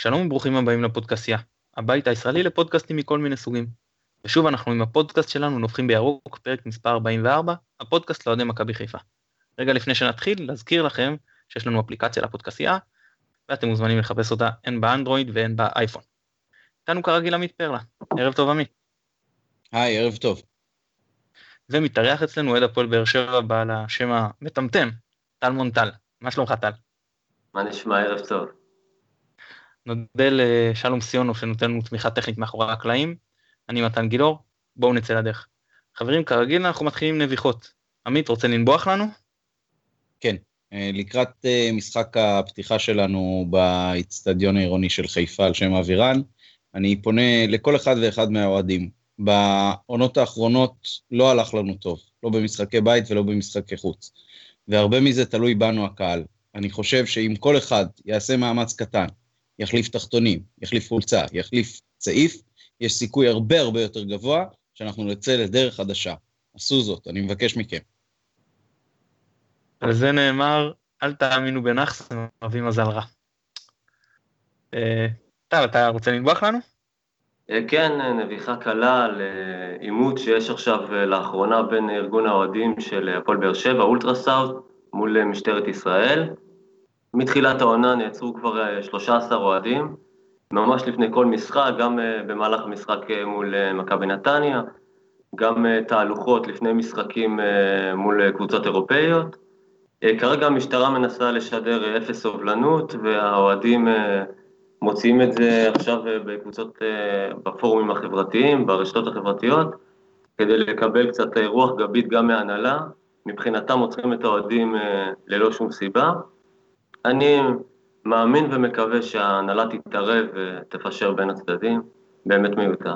שלום וברוכים הבאים לפודקאסיה, הבית הישראלי לפודקאסטים מכל מיני סוגים. ושוב אנחנו עם הפודקאסט שלנו נופחים בירוק, פרק מספר 44, הפודקאסט לאוהדי מכבי חיפה. רגע לפני שנתחיל, להזכיר לכם שיש לנו אפליקציה לפודקאסיה, ואתם מוזמנים לחפש אותה הן באנדרואיד והן באייפון. איתנו כרגיל עמית פרלה, ערב טוב עמית. היי, ערב טוב. ומתארח אצלנו אוהד הפועל באר שבע בעל השם המטמטם, טל מונטל. מה שלומך טל? מה נשמע? ערב טוב. נודה לשלום סיונוב שנותן לנו תמיכה טכנית מאחורי הקלעים. אני מתן גילאור, בואו נצא לדרך. חברים, כרגיל אנחנו מתחילים נביחות. עמית, רוצה לנבוח לנו? כן, לקראת משחק הפתיחה שלנו באצטדיון העירוני של חיפה על שם אבירן, אני פונה לכל אחד ואחד מהאוהדים. בעונות האחרונות לא הלך לנו טוב, לא במשחקי בית ולא במשחקי חוץ. והרבה מזה תלוי בנו הקהל. אני חושב שאם כל אחד יעשה מאמץ קטן, יחליף תחתונים, יחליף חולצה, יחליף צעיף, יש סיכוי הרבה הרבה יותר גבוה שאנחנו נצא לדרך חדשה. עשו זאת, אני מבקש מכם. על זה נאמר, אל תאמינו בנחס, מביא מזל רע. טל, אתה רוצה לנבוח לנו? כן, נביחה קלה על עימות שיש עכשיו לאחרונה בין ארגון האוהדים של הפועל באר שבע, אולטרסאוט, מול משטרת ישראל. מתחילת העונה נעצרו כבר 13 אוהדים, ממש לפני כל משחק, גם במהלך המשחק מול מכבי נתניה, גם תהלוכות לפני משחקים מול קבוצות אירופאיות. כרגע המשטרה מנסה לשדר אפס סובלנות, והאוהדים מוציאים את זה עכשיו בקבוצות, בפורומים החברתיים, ברשתות החברתיות, כדי לקבל קצת רוח גבית גם מההנהלה. מבחינתם עוצרים את האוהדים ללא שום סיבה. אני מאמין ומקווה שההנהלה תתערב ותפשר בין הצדדים, באמת מיותר.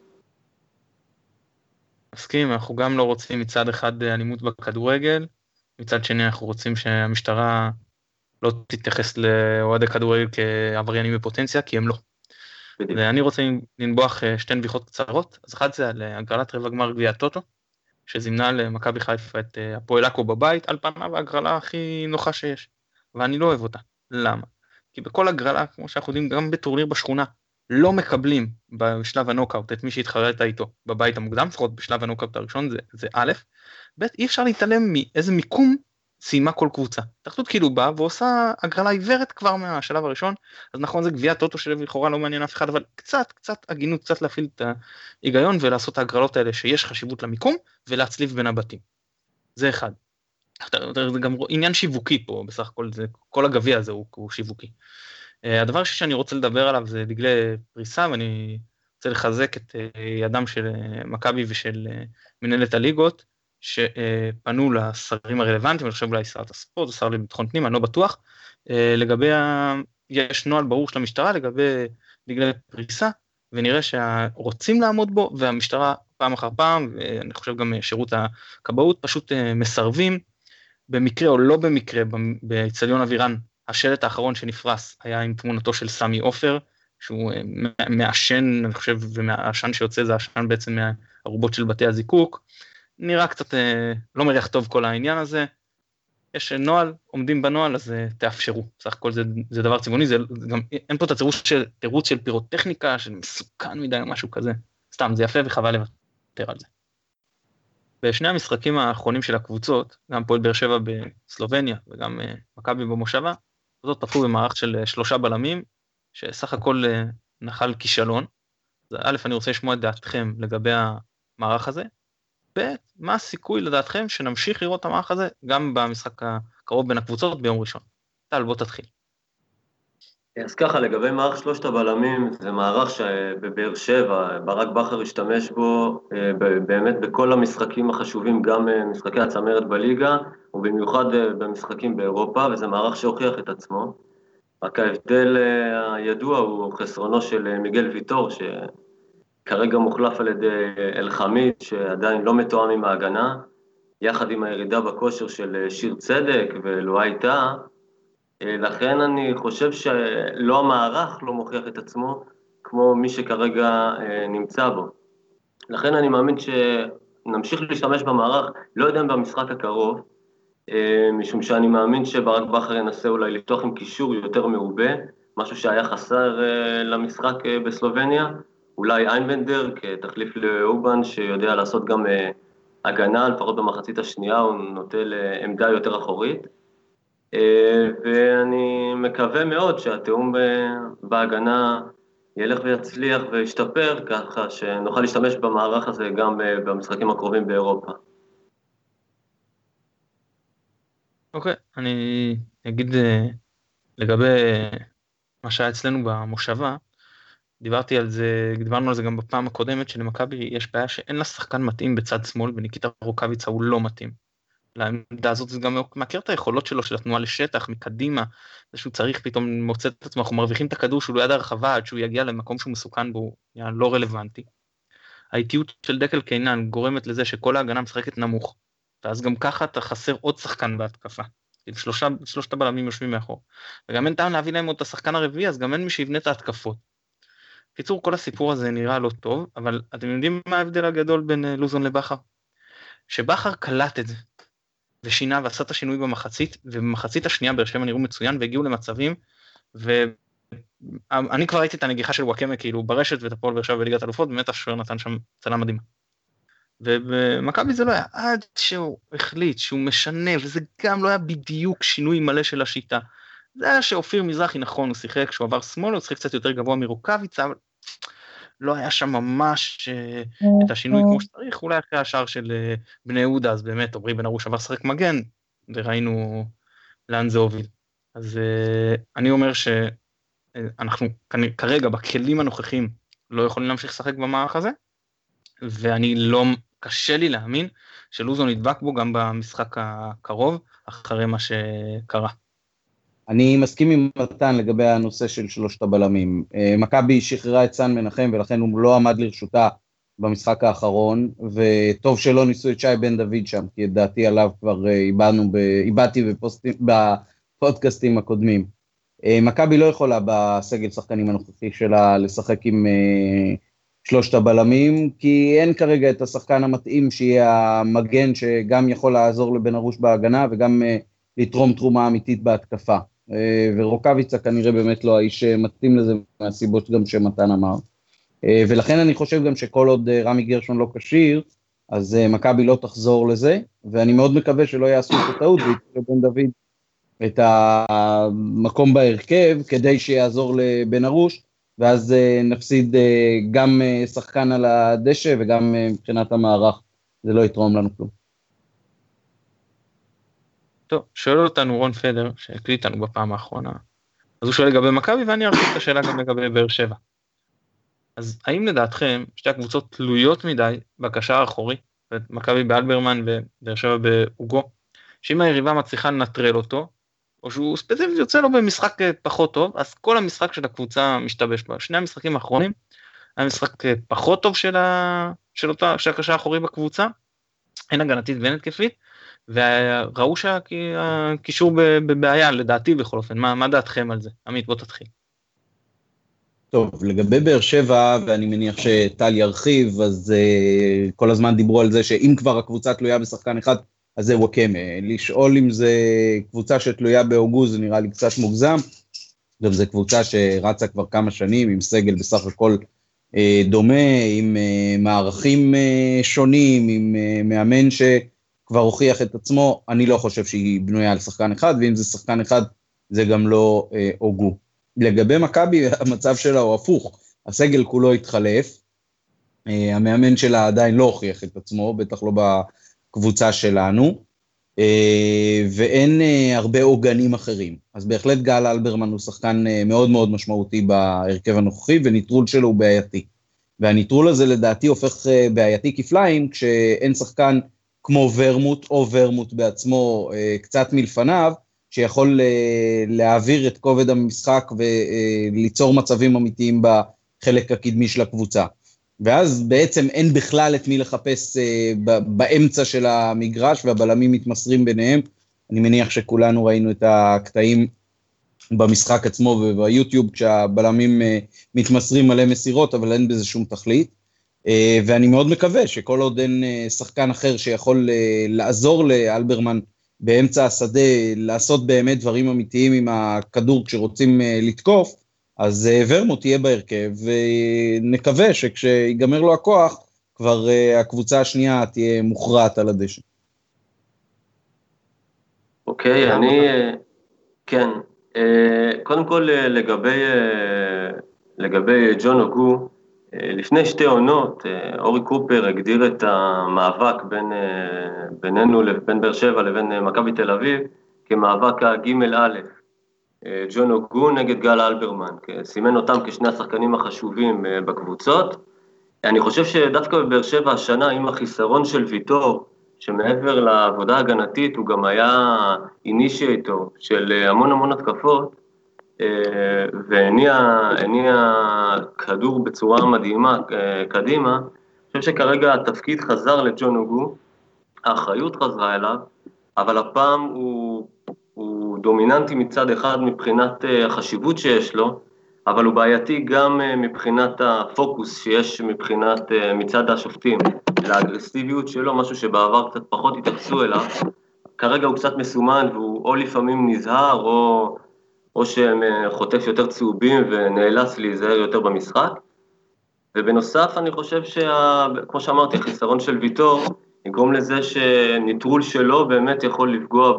מסכים, אנחנו גם לא רוצים מצד אחד אלימות בכדורגל, מצד שני אנחנו רוצים שהמשטרה לא תתייחס לאוהדי כדורגל כעבריינים בפוטנציה, כי הם לא. ואני רוצה לנבוח שתי נביחות קצרות. אז אחת זה על הגרלת רבע גמר גביע הטוטו, שזימנה למכבי חיפה את הפועל עכו בבית, על פניו ההגרלה הכי נוחה שיש. ואני לא אוהב אותה. למה? כי בכל הגרלה, כמו שאנחנו יודעים, גם בטורניר בשכונה, לא מקבלים בשלב הנוקאוט את מי שהתחרית איתו בבית המוקדם, לפחות בשלב הנוקאוט הראשון, זה א', ב', אי אפשר להתעלם מאיזה מיקום סיימה כל קבוצה. התאחדות כאילו באה ועושה הגרלה עיוורת כבר מהשלב הראשון, אז נכון זה גביע טוטו שלכאורה לא מעניין אף אחד, אבל קצת הגינות, קצת להפעיל את ההיגיון ולעשות את ההגרלות האלה שיש חשיבות למיקום, ולהצליב בין הבתים. זה אחד. זה גם עניין שיווקי פה, בסך הכל, כל הגביע הזה הוא שיווקי. הדבר שאני רוצה לדבר עליו זה דגלי פריסה, ואני רוצה לחזק את ידם של מכבי ושל מנהלת הליגות, שפנו לשרים הרלוונטיים, אני חושב אולי שרת הספורט, השר לביטחון פנים, אני לא בטוח, לגבי, יש נוהל ברור של המשטרה לגבי דגלי פריסה, ונראה שרוצים לעמוד בו, והמשטרה פעם אחר פעם, ואני חושב גם שירות הכבאות, פשוט מסרבים, במקרה או לא במקרה, באצטדיון אבירן, השלט האחרון שנפרס היה עם תמונתו של סמי עופר, שהוא מעשן, אני חושב, ומהעשן שיוצא זה העשן בעצם מהערובות של בתי הזיקוק, נראה קצת לא מריח טוב כל העניין הזה, יש נוהל, עומדים בנוהל, אז תאפשרו, בסך הכל זה דבר צבעוני, זה גם, אין פה את התירוץ של פירוטכניקה, של מסוכן מדי או משהו כזה, סתם, זה יפה וחבל לוותר על זה. בשני המשחקים האחרונים של הקבוצות, גם פועל באר שבע בסלובניה, וגם מכבי במושבה, זאת תפו במערך של 3 בלמים, שסך הכל נחל כישלון. אז א', אני רוצה לשמוע את דעתכם לגבי המערך הזה, ב', מה הסיכוי לדעתכם שנמשיך לראות את המערך הזה, גם במשחק הקרוב בין הקבוצות ביום ראשון. טל, בוא תתחיל. אז ככה, לגבי מערך 3 הבלמים, זה מערך שבבאר שבע, ברק בכר השתמש בו באמת בכל המשחקים החשובים, גם משחקי הצמרת בליגה, ובמיוחד במשחקים באירופה, וזה מערך שהוכיח את עצמו. רק ההבדל הידוע הוא חסרונו של מיגל ויטור, שכרגע מוחלף על ידי אל-חמיד, שעדיין לא מתואם עם ההגנה, יחד עם הירידה בכושר של שיר צדק ולואי טאה, לכן אני חושב שלא המערך לא מוכיח את עצמו, כמו מי שכרגע נמצא בו. לכן אני מאמין שנמשיך להשתמש במערך, לא יודע במשחק הקרוב, משום שאני מאמין שברק בכר ינסה אולי לפתוח עם קישור יותר מעובה, משהו שהיה חסר למשחק בסלובניה, אולי איינבנדר כתחליף לאובן שיודע לעשות גם הגנה, לפחות במחצית השנייה הוא נוטה לעמדה יותר אחורית, ואני מקווה מאוד שהתיאום בהגנה ילך ויצליח וישתפר, ככה שנוכל להשתמש במערך הזה גם במשחקים הקרובים באירופה. אוקיי, אני אגיד לגבי מה שהיה אצלנו במושבה, דיברנו על זה גם בפעם הקודמת, שלמכבי יש בעיה שאין לה שחקן מתאים בצד שמאל, וניקיטה רוקאביצה הוא לא מתאים. לעמדה הזאת זה גם מכיר את היכולות שלו, של התנועה לשטח, מקדימה, זה שהוא צריך פתאום מוצא את עצמו, אנחנו מרוויחים את הכדור שהוא ליד הרחבה, עד שהוא יגיע למקום שהוא מסוכן בו, לא רלוונטי. האיטיות של דקל קיינן גורמת לזה שכל ההגנה משחקת נמוך, ואז גם ככה אתה חסר עוד שחקן בהתקפה. שלושת הבלמים יושבים מאחור. וגם אין טעם להביא להם עוד את השחקן הרביעי, אז גם אין מי שיבנה את ההתקפות. קיצור, כל הסיפור הזה נראה לא טוב, אבל אתם יודעים מה ההבדל הגדול בין לוזון לבחר? שבחר קלט את זה, ושינה ועשה את השינוי במחצית, ובמחצית השנייה באר שבע נראו מצוין, והגיעו למצבים, ואני כבר ראיתי את הנגיחה של וואקמה, כאילו ברשת ואת הפועל באר שבע בליגת אלופות, באמת השוער נתן שם צלה מדהימה. ובמכבי זה לא היה, עד שהוא החליט שהוא משנה, וזה גם לא היה בדיוק שינוי מלא של השיטה. זה היה שאופיר מזרחי, נכון, הוא שיחק, כשהוא עבר שמאל, הוא שיחק קצת יותר גבוה מרוקאביצה, אבל לא היה שם ממש את השינוי כמו שצריך, אולי אחרי השאר של בני יהודה, אז באמת, עומרי בן ארוש עבר שחק מגן, וראינו לאן זה הוביל. אז אני אומר שאנחנו כרגע בכלים הנוכחים לא יכולים להמשיך לשחק במערך הזה, ואני לא, קשה לי להאמין שלוזון ידבק בו גם במשחק הקרוב, אחרי מה שקרה. אני מסכים עם מתן לגבי הנושא של שלושת הבלמים. מכבי שחררה את סן מנחם, ולכן הוא לא עמד לרשותה במשחק האחרון, וטוב שלא ניסו את שי בן דוד שם, כי את דעתי עליו כבר איבדתי בפודקאסטים הקודמים. מכבי לא יכולה בסגל שחקנים הנוכחי שלה לשחק עם שלושת הבלמים, כי אין כרגע את השחקן המתאים שיהיה המגן שגם יכול לעזור לבן ארוש בהגנה, וגם לתרום תרומה אמיתית בהתקפה. ורוקאביצה כנראה באמת לא האיש מתאים לזה, מהסיבות גם שמתן אמר. ולכן אני חושב גם שכל עוד רמי גרשון לא כשיר, אז מכבי לא תחזור לזה, ואני מאוד מקווה שלא יעשו את הטעות, וייתנו לבן דוד את המקום בהרכב, כדי שיעזור לבן ארוש, ואז נפסיד גם שחקן על הדשא, וגם מבחינת המערך, זה לא יתרום לנו כלום. טוב, שואל אותנו רון פדר, שהקליט לנו בפעם האחרונה, אז הוא שואל לגבי מכבי, ואני ארחיב את השאלה גם לגבי באר שבע. אז האם לדעתכם שתי הקבוצות תלויות מדי בקשר האחורי, מכבי באלברמן ובאר שבע באוגו, שאם היריבה מצליחה לנטרל אותו, או שהוא ספציפית יוצא לו במשחק פחות טוב, אז כל המשחק של הקבוצה משתבש בה. שני המשחקים האחרונים, היה משחק פחות טוב של הקשר האחורי בקבוצה, אין הגנתית ואין התקפית, וראו שהקישור בבעיה, לדעתי בכל אופן. מה דעתכם על זה? עמית, בוא תתחיל. טוב, לגבי באר שבע, ואני מניח שטל ירחיב, אז כל הזמן דיברו על זה שאם כבר הקבוצה תלויה בשחקן אחד, אז זה וואקמה. לשאול אם זה קבוצה שתלויה באוגו, זה נראה לי קצת מוגזם. גם זו קבוצה שרצה כבר כמה שנים, עם סגל בסך הכל דומה, עם מערכים שונים, עם מאמן שכבר הוכיח את עצמו. אני לא חושב שהיא בנויה על שחקן אחד, ואם זה שחקן אחד, זה גם לא אוגו. לגבי מכבי, המצב שלה הוא הפוך. הסגל כולו התחלף, המאמן שלה עדיין לא הוכיח את עצמו, בטח לא בקבוצה שלנו, ואין הרבה עוגנים אחרים. אז בהחלט גל אלברמן הוא שחקן מאוד מאוד משמעותי בהרכב הנוכחי, וניטרול שלו הוא בעייתי. והניטרול הזה לדעתי הופך בעייתי כפליים, כשאין שחקן כמו ורמוט, או ורמוט בעצמו קצת מלפניו, שיכול להעביר את כובד המשחק וליצור מצבים אמיתיים בחלק הקדמי של הקבוצה. ואז בעצם אין בכלל את מי לחפש באמצע של המגרש, והבלמים מתמסרים ביניהם. אני מניח שכולנו ראינו את הקטעים במשחק עצמו וביוטיוב, כשהבלמים מתמסרים מלא מסירות, אבל אין בזה שום תכלית. ואני מאוד מקווה שכל עוד אין שחקן אחר שיכול לעזור לאלברמן באמצע השדה, לעשות באמת דברים אמיתיים עם הכדור כשרוצים לתקוף, אז ורמוט תהיה בהרכב, ונקווה שכשיגמר לו הכוח, כבר הקבוצה השנייה תהיה מוכרעת על הדשא. אוקיי, כן, קודם כל לגבי ג'ון אוגו, לפני שתי עונות, אורי קופר הגדיר את המאבק בינינו, בין באר שבע לבין מכבי תל אביב, כמאבק הג' א', ג'ון אוגו נגד גל אלברמן, סימן אותם כשני השחקנים החשובים בקבוצות. אני חושב שדווקא בבאר שבע השנה, עם החיסרון של ויטור, שמעבר לעבודה הגנתית הוא גם היה אינישייטור של המון התקפות, והניע כדור בצורה מדהימה קדימה. אני חושב שכרגע התפקיד חזר לג'ון אוגו, האחריות חזרה אליו, אבל הפעם הוא דומיננטי מצד אחד מבחינת החשיבות שיש לו, אבל הוא בעייתי גם מבחינת הפוקוס שיש מצד השופטים, לאגרסיביות שלו, משהו שבעבר קצת פחות התייחסו אליו. כרגע הוא קצת מסומן, והוא או לפעמים נזהר, או שחוטף יותר צהובים ונאלץ להיזהר יותר במשחק. ובנוסף אני חושב כמו שאמרתי, החיסרון של ויטור יגרום לזה שניטרול שלו באמת יכול לפגוע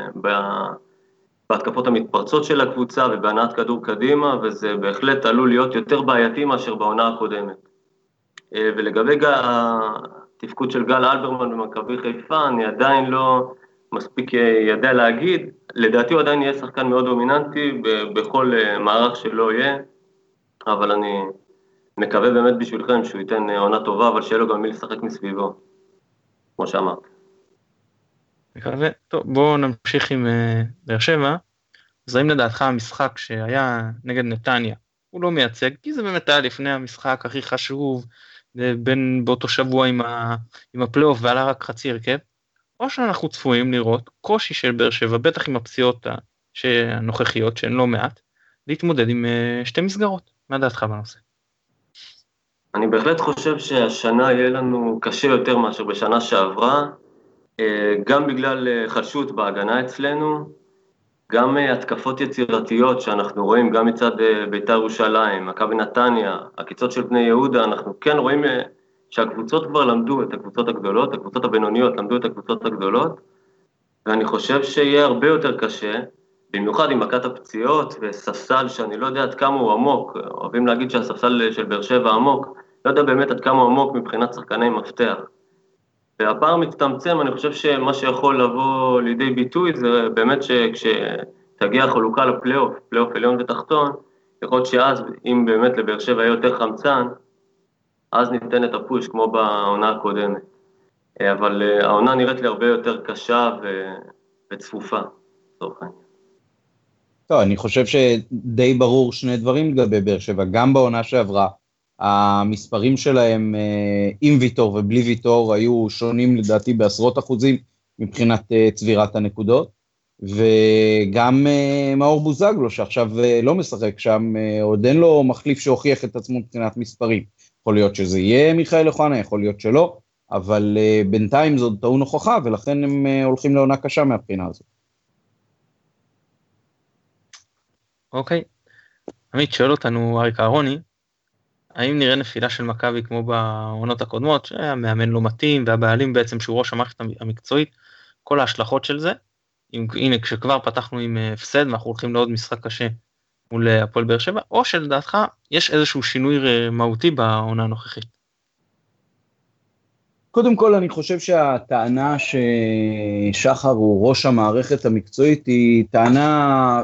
בהתקפות המתפרצות של הקבוצה ובהנעת כדור קדימה, וזה בהחלט עלול להיות יותר בעייתי מאשר בעונה הקודמת. ולגבי התפקוד של גל אלברמן במכבי חיפה, אני עדיין לא מספיק ידע להגיד, לדעתי הוא עדיין יהיה שחקן מאוד דומיננטי בכל מערך שלא יהיה, אבל אני מקווה באמת בשבילכם שהוא ייתן עונה טובה, אבל שיהיה לו גם מי לשחק מסביבו, כמו שאמרת. מקווה. טוב, בואו נמשיך עם באר שבע. אז האם לדעתך המשחק שהיה נגד נתניה, הוא לא מייצג, כי זה באמת היה לפני המשחק הכי חשוב, בין באותו שבוע עם הפלייאוף ועלה רק חצי הרכב, או שאנחנו צפויים לראות קושי של באר שבע, בטח עם הפציעות הנוכחיות שהן לא מעט, להתמודד עם שתי מסגרות. מה דעתך בנושא? אני בהחלט חושב שהשנה יהיה לנו קשה יותר מאשר בשנה שעברה, גם בגלל חלשות בהגנה אצלנו, גם התקפות יצירתיות שאנחנו רואים גם מצד בית"ר ירושלים, מכבי נתניה, הקיצות של בני יהודה, אנחנו כן רואים שהקבוצות כבר למדו את הקבוצות הגדולות, הקבוצות הבינוניות למדו את הקבוצות הגדולות, ואני חושב שיהיה הרבה יותר קשה, במיוחד עם מכת הפציעות וספסל שאני לא יודע עד כמה הוא עמוק, אוהבים להגיד שהספסל של באר שבע עמוק, לא יודע באמת עד כמה הוא עמוק מבחינת שחקני מפתח. והפער מצטמצם, אני חושב שמה שיכול לבוא לידי ביטוי זה באמת שכשתגיע החלוקה לפלייאוף, פלייאוף עליון ותחתון, יכול להיות שאז אם באמת לבאר שבע יהיה יותר חמצן, אז ניתן את הפוש כמו בעונה הקודמת. אבל העונה נראית לי הרבה יותר קשה וצפופה. טוב, אני חושב שדי ברור שני דברים לגבי באר שבע, גם בעונה שעברה, המספרים שלהם עם ויטור ובלי ויטור היו שונים לדעתי בעשרות אחוזים מבחינת צבירת הנקודות, וגם מאור בוזגלו שעכשיו לא משחק שם, עוד אין לו מחליף שהוכיח את עצמו מבחינת מספרים, יכול להיות שזה יהיה מיכאל אוחנה, יכול להיות שלא, אבל בינתיים זאת טעון הוכחה, ולכן הם הולכים לעונה קשה מהבחינה הזאת. אוקיי, עמית שואל אותנו אריק אהרוני, האם נראה נפילה של מכבי כמו בעונות הקודמות, שהמאמן לא מתאים, והבעלים בעצם שהוא ראש המערכת המקצועית, כל ההשלכות של זה, הנה כשכבר פתחנו עם הפסד, ואנחנו הולכים לעוד משחק קשה מול הפועל באר שבע, או שלדעתך יש איזשהו שינוי מהותי בעונה הנוכחית? קודם כל אני חושב שהטענה ששחר הוא ראש המערכת המקצועית, היא טענה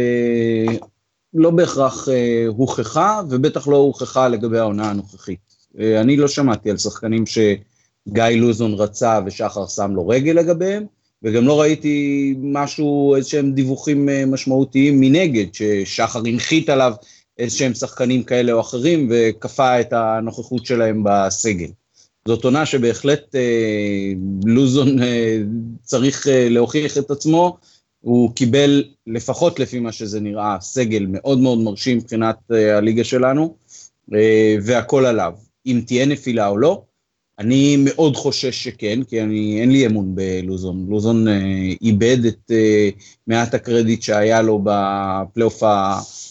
לא בהכרח הוכחה, ובטח לא הוכחה לגבי העונה הנוכחית. אני לא שמעתי על שחקנים שגיא לוזון רצה ושחר שם לו רגל לגביהם, וגם לא ראיתי משהו, איזשהם דיווחים משמעותיים מנגד, ששחר הנחית עליו איזשהם שחקנים כאלה או אחרים, וכפה את הנוכחות שלהם בסגל. זאת עונה שבהחלט לוזון צריך להוכיח את עצמו, הוא קיבל לפחות לפי מה שזה נראה סגל מאוד מאוד מרשים מבחינת הליגה שלנו, והכל עליו. אם תהיה נפילה או לא, אני מאוד חושש שכן, כי אין לי אמון בלוזון. לוזון איבד את מעט הקרדיט שהיה לו בפלייאוף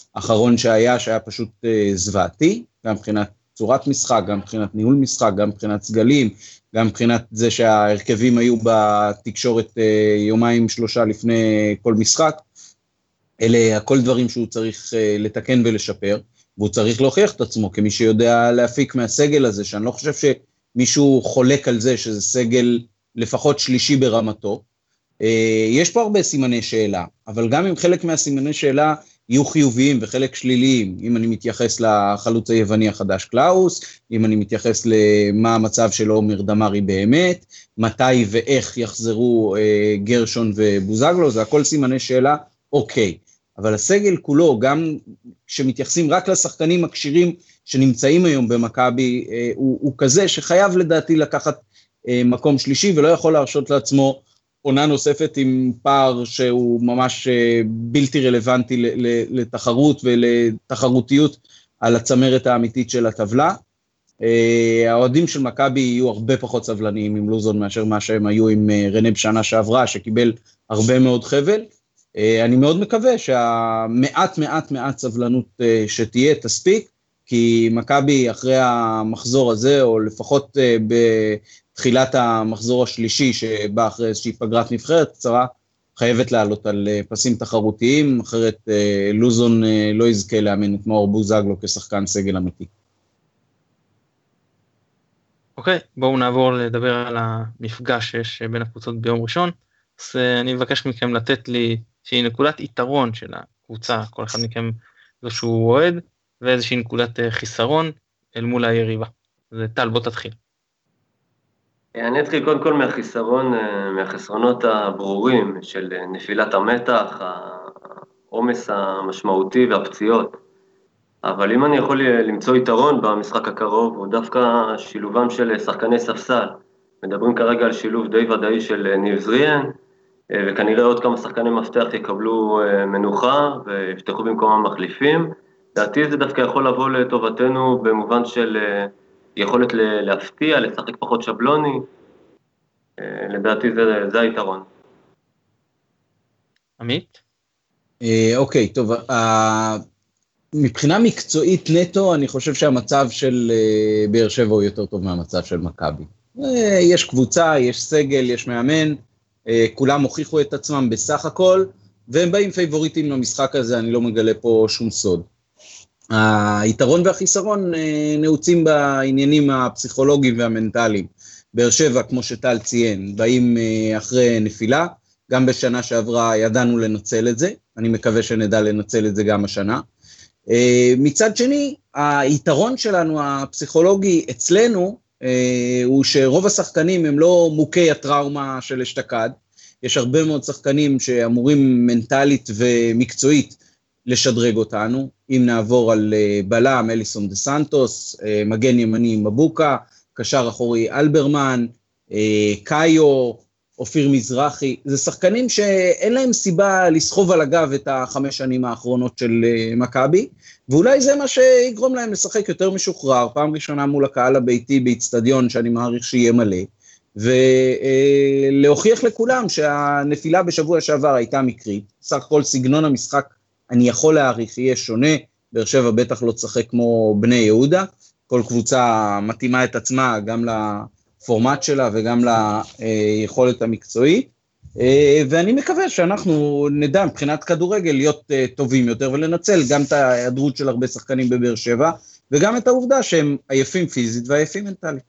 האחרון שהיה פשוט זוועתי, גם מבחינת צורת משחק, גם מבחינת ניהול משחק, גם מבחינת סגלים, גם מבחינת זה שההרכבים היו בתקשורת יומיים שלושה לפני כל משחק, אלה הכל דברים שהוא צריך לתקן ולשפר, והוא צריך להוכיח את עצמו כמי שיודע להפיק מהסגל הזה, שאני לא חושב שמישהו חולק על זה שזה סגל לפחות שלישי ברמתו. יש פה הרבה סימני שאלה, אבל גם אם חלק מהסימני שאלה יהיו חיוביים וחלק שליליים, אם אני מתייחס לחלוץ היווני החדש קלאוס, אם אני מתייחס למה המצב של עומר דמרי באמת, מתי ואיך יחזרו גרשון ובוזגלו, זה הכל סימני שאלה, אוקיי. אבל הסגל כולו, גם כשמתייחסים רק לשחקנים הקשירים שנמצאים היום במכבי, הוא כזה שחייב לדעתי לקחת מקום שלישי, ולא יכול להרשות לעצמו עונה נוספת עם פער שהוא ממש בלתי רלוונטי לתחרות ולתחרותיות על הצמרת האמיתית של הטבלה. האוהדים של מכבי יהיו הרבה פחות סבלניים עם לוזון מאשר מה שהם היו עם רנה בשנה שעברה, שקיבל הרבה מאוד חבל. אני מאוד מקווה שהמעט סבלנות שתהיה תספיק, כי מכבי אחרי המחזור הזה, או לפחות בתחילת המחזור השלישי, שבא אחרי איזושהי פגרת נבחרת קצרה, חייבת לעלות על פסים תחרותיים, אחרת לוזון לא יזכה לאמן את מאור בוזגלו כשחקן סגל אמיתי. אוקיי, בואו נעבור לדבר על המפגש שיש בין הקבוצות ביום ראשון. אז אני מבקש מכם לתת לי שהיא נקודת יתרון של הקבוצה, כל אחד מכם זו שהוא אוהד, ואיזושהי נקודת חיסרון אל מול היריבה. אז טל, בוא תתחיל. אני אתחיל קודם כל מהחסרונות הברורים של נפילת המתח, העומס המשמעותי והפציעות. אבל אם אני יכול למצוא יתרון במשחק הקרוב, הוא דווקא שילובם של שחקני ספסל. מדברים כרגע על שילוב די ודאי של ניב זריאן, וכנראה עוד כמה שחקני מפתח יקבלו מנוחה ויפתחו במקומם מחליפים. לדעתי זה דווקא יכול לבוא לטובתנו במובן של יכולת להפתיע, לשחק פחות שבלוני. לדעתי זה היתרון. עמית? אוקיי, טוב. מבחינה מקצועית נטו, אני חושב שהמצב של באר שבע הוא יותר טוב מהמצב של מכבי. יש קבוצה, יש סגל, יש מאמן, כולם הוכיחו את עצמם בסך הכל, והם באים פייבוריטים למשחק הזה, אני לא מגלה פה שום סוד. היתרון והחיסרון נעוצים בעניינים הפסיכולוגיים והמנטליים. באר שבע, כמו שטל ציין, באים אחרי נפילה, גם בשנה שעברה ידענו לנצל את זה, אני מקווה שנדע לנצל את זה גם השנה. מצד שני, היתרון שלנו הפסיכולוגי אצלנו, הוא שרוב השחקנים הם לא מוכי הטראומה של אשתקד, יש הרבה מאוד שחקנים שאמורים מנטלית ומקצועית לשדרג אותנו, אם נעבור על בלם אליסון דה סנטוס, מגן ימני מבוקה, קשר אחורי אלברמן, קאיו, אופיר מזרחי, זה שחקנים שאין להם סיבה לסחוב על הגב את 5 שנים האחרונות של מכבי, ואולי זה מה שיגרום להם לשחק יותר משוחרר, פעם ראשונה מול הקהל הביתי באצטדיון שאני מעריך שיהיה מלא, ולהוכיח לכולם שהנפילה בשבוע שעבר הייתה מקרית, סך הכל סגנון המשחק אני יכול להעריך יהיה שונה, באר שבע בטח לא תשחק כמו בני יהודה, כל קבוצה מתאימה את עצמה גם לפורמט שלה וגם ליכולת המקצועית, ואני מקווה שאנחנו נדע מבחינת כדורגל להיות טובים יותר ולנצל גם את ההיעדרות של הרבה שחקנים בבאר שבע, וגם את העובדה שהם עייפים פיזית ועייפים מנטלית.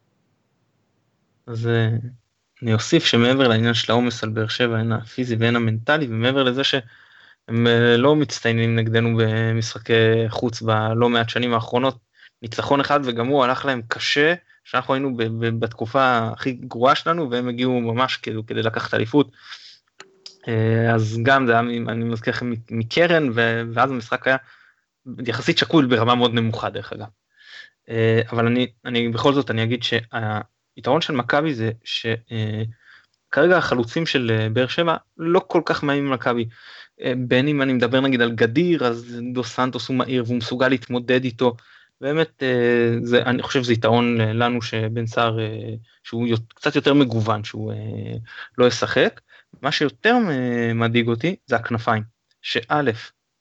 אז אני אוסיף שמעבר לעניין של העומס על באר שבע, הן הפיזי והן המנטלי, ומעבר לזה שהם לא מצטיינים נגדנו במשחקי חוץ בלא מעט שנים האחרונות, ניצחון אחד וגם הוא הלך להם קשה, שאנחנו היינו בתקופה הכי גרועה שלנו, והם הגיעו ממש כדי לקחת אליפות, אז גם זה, אני מזכיר לכם מקרן, ואז המשחק היה יחסית שקול ברמה מאוד נמוכה דרך אגב, אבל אני בכל זאת אני אגיד שהיתרון של מכבי זה שכרגע החלוצים של באר שבע לא כל כך מאיימים מכבי, בין אם אני מדבר נגיד על גדיר, אז דו סנטוס הוא מהיר והוא מסוגל להתמודד איתו, באמת, אני חושב שזה יתרון לנו שבן סער, שהוא קצת יותר מגוון, שהוא לא ישחק. מה שיותר מדאיג אותי זה הכנפיים, שא',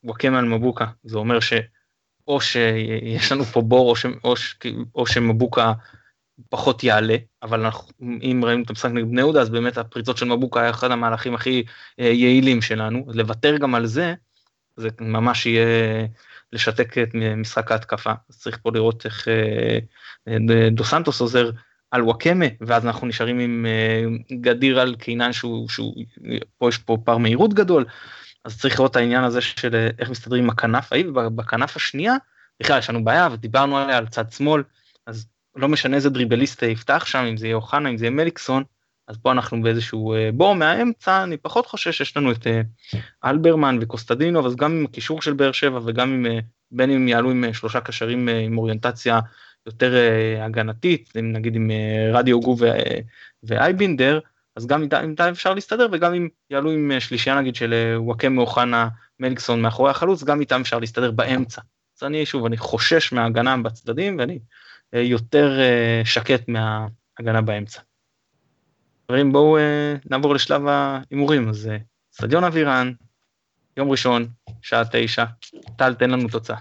וואקמה על מבוקה, זה אומר או שיש לנו פה בור, או שמבוקה פחות יעלה, אבל אם ראינו את המשחק נגד בני יהודה, אז באמת הפריצות של מבוקה היה אחד המהלכים הכי יעילים שלנו, לוותר גם על זה, זה ממש יהיה לשתק את משחק ההתקפה, אז צריך פה לראות איך דו סנטוס עוזר על וואקמה, ואז אנחנו נשארים עם גדיר על קינן, פה יש פה פער מהירות גדול, אז צריך לראות את העניין הזה של איך מסתדרים עם הכנף, בכנף השנייה, בכלל יש לנו בעיה, ודיברנו עליה על צד שמאל, אז לא משנה איזה דריבליסט יפתח שם, אם זה יהיה אוחנה, אם זה יהיה מליקסון, אז פה אנחנו באיזשהו בור מהאמצע, אני פחות חושש, יש לנו את אלברמן וקוסטדינו, אז גם עם הקישור של באר שבע, וגם עם, בין אם יעלו עם 3 קשרים עם אוריינטציה יותר הגנתית, נגיד עם רדיו גו ואייבינדר, אז גם איתה אפשר להסתדר, וגם אם יעלו עם שלישייה נגיד של וואקמה, אוחנה, מליקסון מאחורי החלוץ, גם איתם אפשר להסתדר באמצע. אז אני חושש מההגנה בצדדים, ואני יותר שקט מההגנה באמצע. חברים, בואו נעבור לשלב האימורים, אז אצטדיון אבירן, יום ראשון, שעה 9, טל, תן לנו תוצאה.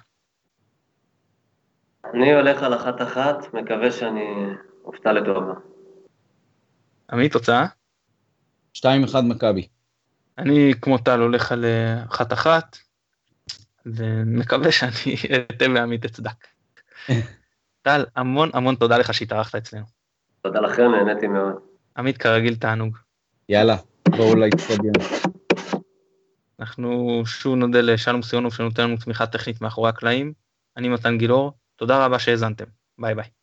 אני הולך על 1-1, מקווה שאני אופתע לטובה. עמית, תוצאה? 2-1 מכבי. אני כמו טל הולך על 1-1, ומקווה שאני אתן ועמית אצדק. טל, המון תודה לך שהתארחת אצלנו. תודה לכם, נהניתי מאוד. עמית, כרגיל תענוג. יאללה, בואו לאצטדיון. אנחנו שוב נודה לשלום סיונוב שנותן לנו תמיכה טכנית מאחורי הקלעים. אני מתן גילאור, תודה רבה שהאזנתם. ביי ביי.